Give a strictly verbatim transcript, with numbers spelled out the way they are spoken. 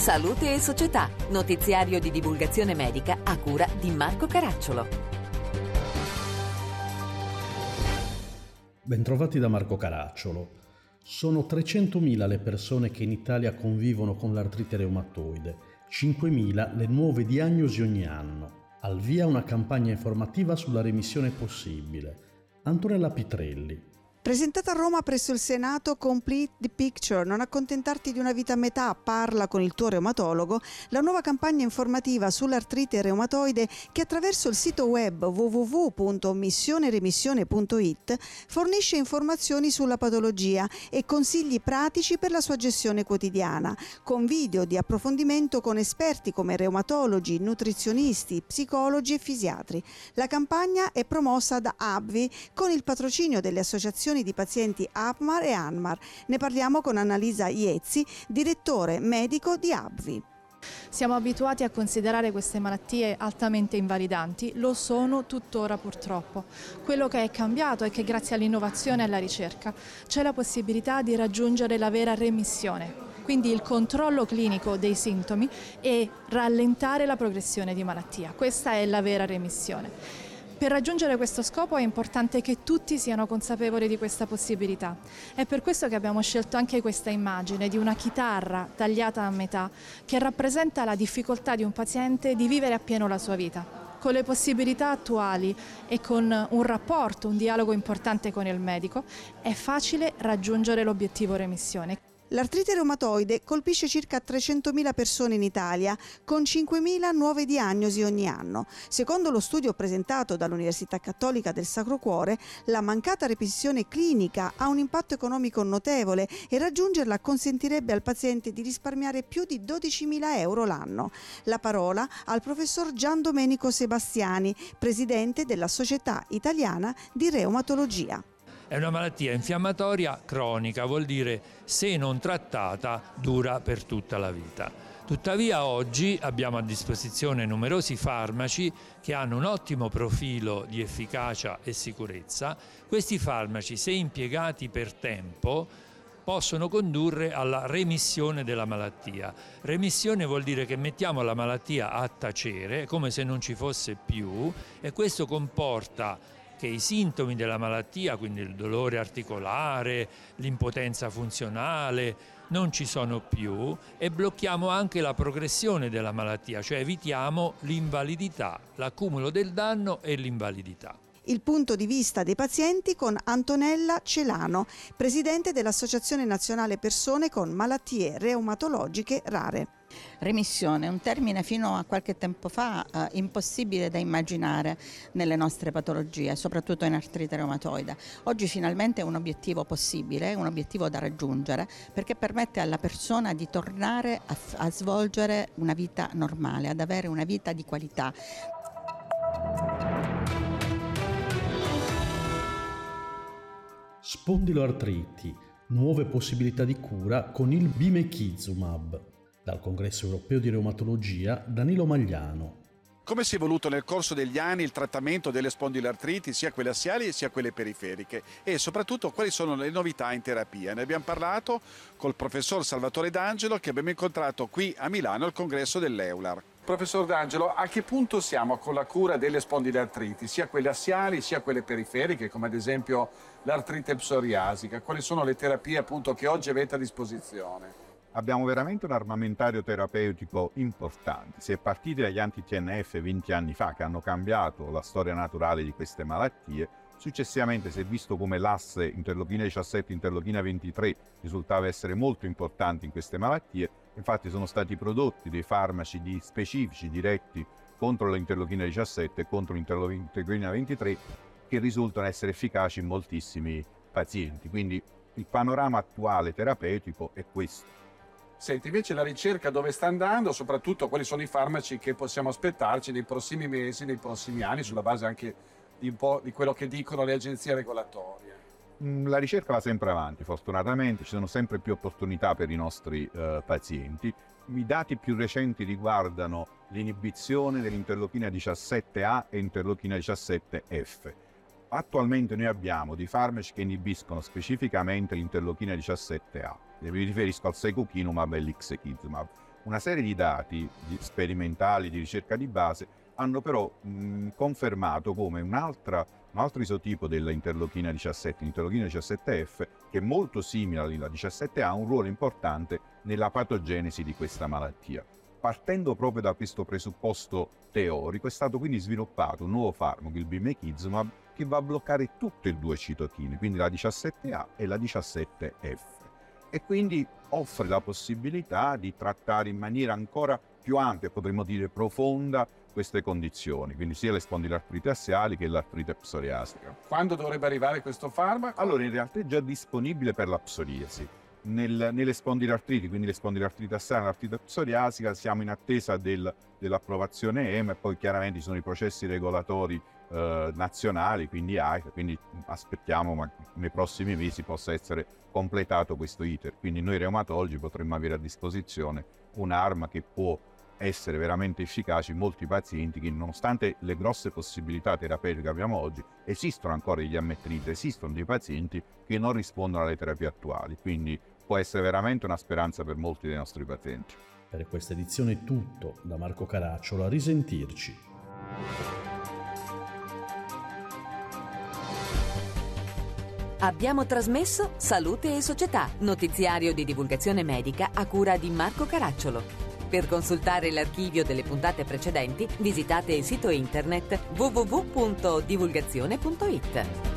Salute e Società, notiziario di divulgazione medica a cura di Marco Caracciolo. Bentrovati da Marco Caracciolo. Sono trecentomila le persone che in Italia convivono con l'artrite reumatoide, cinquemila le nuove diagnosi ogni anno. Al via una campagna informativa sulla remissione possibile. Antonella Pitrelli. Presentata a Roma presso il Senato, Complete the Picture, non accontentarti di una vita a metà, parla con il tuo reumatologo, la nuova campagna informativa sull'artrite reumatoide che attraverso il sito web w w w punto missione remissione punto i t fornisce informazioni sulla patologia e consigli pratici per la sua gestione quotidiana, con video di approfondimento con esperti come reumatologi, nutrizionisti, psicologi e fisiatri. La campagna è promossa da A B V I con il patrocinio delle associazioni di pazienti A P M A R e ANMAR. Ne parliamo con Annalisa Iezzi, direttore medico di A B V I. Siamo abituati a considerare queste malattie altamente invalidanti, lo sono tuttora purtroppo. Quello che è cambiato è che grazie all'innovazione e alla ricerca c'è la possibilità di raggiungere la vera remissione, quindi il controllo clinico dei sintomi e rallentare la progressione di malattia. Questa è la vera remissione. Per raggiungere questo scopo è importante che tutti siano consapevoli di questa possibilità. È per questo che abbiamo scelto anche questa immagine di una chitarra tagliata a metà che rappresenta la difficoltà di un paziente di vivere appieno la sua vita. Con le possibilità attuali e con un rapporto, un dialogo importante con il medico, è facile raggiungere l'obiettivo remissione. L'artrite reumatoide colpisce circa trecentomila persone in Italia, con cinquemila nuove diagnosi ogni anno. Secondo lo studio presentato dall'Università Cattolica del Sacro Cuore, la mancata remissione clinica ha un impatto economico notevole e raggiungerla consentirebbe al paziente di risparmiare più di dodicimila euro l'anno. La parola al professor Gian Domenico Sebastiani, presidente della Società Italiana di Reumatologia. È una malattia infiammatoria cronica, vuol dire se non trattata dura per tutta la vita. Tuttavia oggi abbiamo a disposizione numerosi farmaci che hanno un ottimo profilo di efficacia e sicurezza. Questi farmaci, se impiegati per tempo, possono condurre alla remissione della malattia. Remissione vuol dire che mettiamo la malattia a tacere, come se non ci fosse più, e questo comporta che i sintomi della malattia, quindi il dolore articolare, l'impotenza funzionale, non ci sono più e blocchiamo anche la progressione della malattia, cioè evitiamo l'invalidità, l'accumulo del danno e l'invalidità. Il punto di vista dei pazienti con Antonella Celano, presidente dell'Associazione Nazionale Persone con Malattie Reumatologiche Rare. Remissione, un termine fino a qualche tempo fa eh, impossibile da immaginare nelle nostre patologie, soprattutto in artrite reumatoide. Oggi finalmente è un obiettivo possibile, un obiettivo da raggiungere, perché permette alla persona di tornare a, a svolgere una vita normale, ad avere una vita di qualità. Spondiloartriti, nuove possibilità di cura con il bimekizumab. Dal Congresso Europeo di Reumatologia, Danilo Magliano. Come si è evoluto nel corso degli anni il trattamento delle spondiloartriti, sia quelle assiali sia quelle periferiche, e soprattutto quali sono le novità in terapia? Ne abbiamo parlato col professor Salvatore D'Angelo, che abbiamo incontrato qui a Milano al congresso dell'Eular. Professor D'Angelo, a che punto siamo con la cura delle spondiloartriti, sia quelle assiali sia quelle periferiche, come ad esempio l'artrite psoriasica? Quali sono le terapie appunto che oggi avete a disposizione? Abbiamo veramente un armamentario terapeutico importante. Si è partiti dagli anti-T N F venti anni fa, che hanno cambiato la storia naturale di queste malattie. Successivamente si è visto come l'asse interleuchina diciassette interleuchina ventitré risultava essere molto importante in queste malattie. Infatti sono stati prodotti dei farmaci di specifici diretti contro l'interleuchina diciassette e contro l'interleuchina ventitré che risultano essere efficaci in moltissimi pazienti. Quindi il panorama attuale terapeutico è questo. Senti, invece la ricerca dove sta andando, soprattutto quali sono i farmaci che possiamo aspettarci nei prossimi mesi, nei prossimi anni, sulla base anche di un po' di quello che dicono le agenzie regolatorie? La ricerca va sempre avanti, fortunatamente, ci sono sempre più opportunità per i nostri eh, pazienti. I dati più recenti riguardano l'inibizione dell'interleuchina diciassette A e interleuchina diciassette F. Attualmente noi abbiamo dei farmaci che inibiscono specificamente l'interleuchina diciassette A. Mi riferisco al secukinumab e l'ixekizumab. Una serie di dati di sperimentali di ricerca di base hanno però mh, confermato come un'altra, un altro isotipo dell'interleuchina diciassette, l'interleuchina diciassette F, che è molto simile alla diciassette A, ha un ruolo importante nella patogenesi di questa malattia. Partendo proprio da questo presupposto teorico, è stato quindi sviluppato un nuovo farmaco, il bimekizumab, che va a bloccare tutte e due citochine, quindi la diciassette A e la diciassette F. E quindi offre la possibilità di trattare in maniera ancora più ampia, potremmo dire profonda, queste condizioni, quindi sia le spondilartriti assiali che l'artrite psoriasica. Quando dovrebbe arrivare questo farmaco? Allora, in realtà è già disponibile per la psoriasi. Nel, nelle spondilartriti, quindi le spondilartriti assiali e l'artrite psoriasica, siamo in attesa del, dell'approvazione E M A e poi chiaramente ci sono i processi regolatori eh, nazionali, quindi A I F A, quindi aspettiamo ma nei prossimi mesi possa essere completato questo iter. Quindi noi reumatologi potremmo avere a disposizione un'arma che può essere veramente efficaci in molti pazienti che, nonostante le grosse possibilità terapeutiche che abbiamo oggi, esistono ancora degli ammettriti, esistono dei pazienti che non rispondono alle terapie attuali, quindi può essere veramente una speranza per molti dei nostri pazienti. Per questa edizione è tutto, da Marco Caracciolo, a risentirci. Abbiamo trasmesso Salute e Società, notiziario di divulgazione medica a cura di Marco Caracciolo. Per consultare l'archivio delle puntate precedenti, visitate il sito internet w w w punto divulgazione punto i t.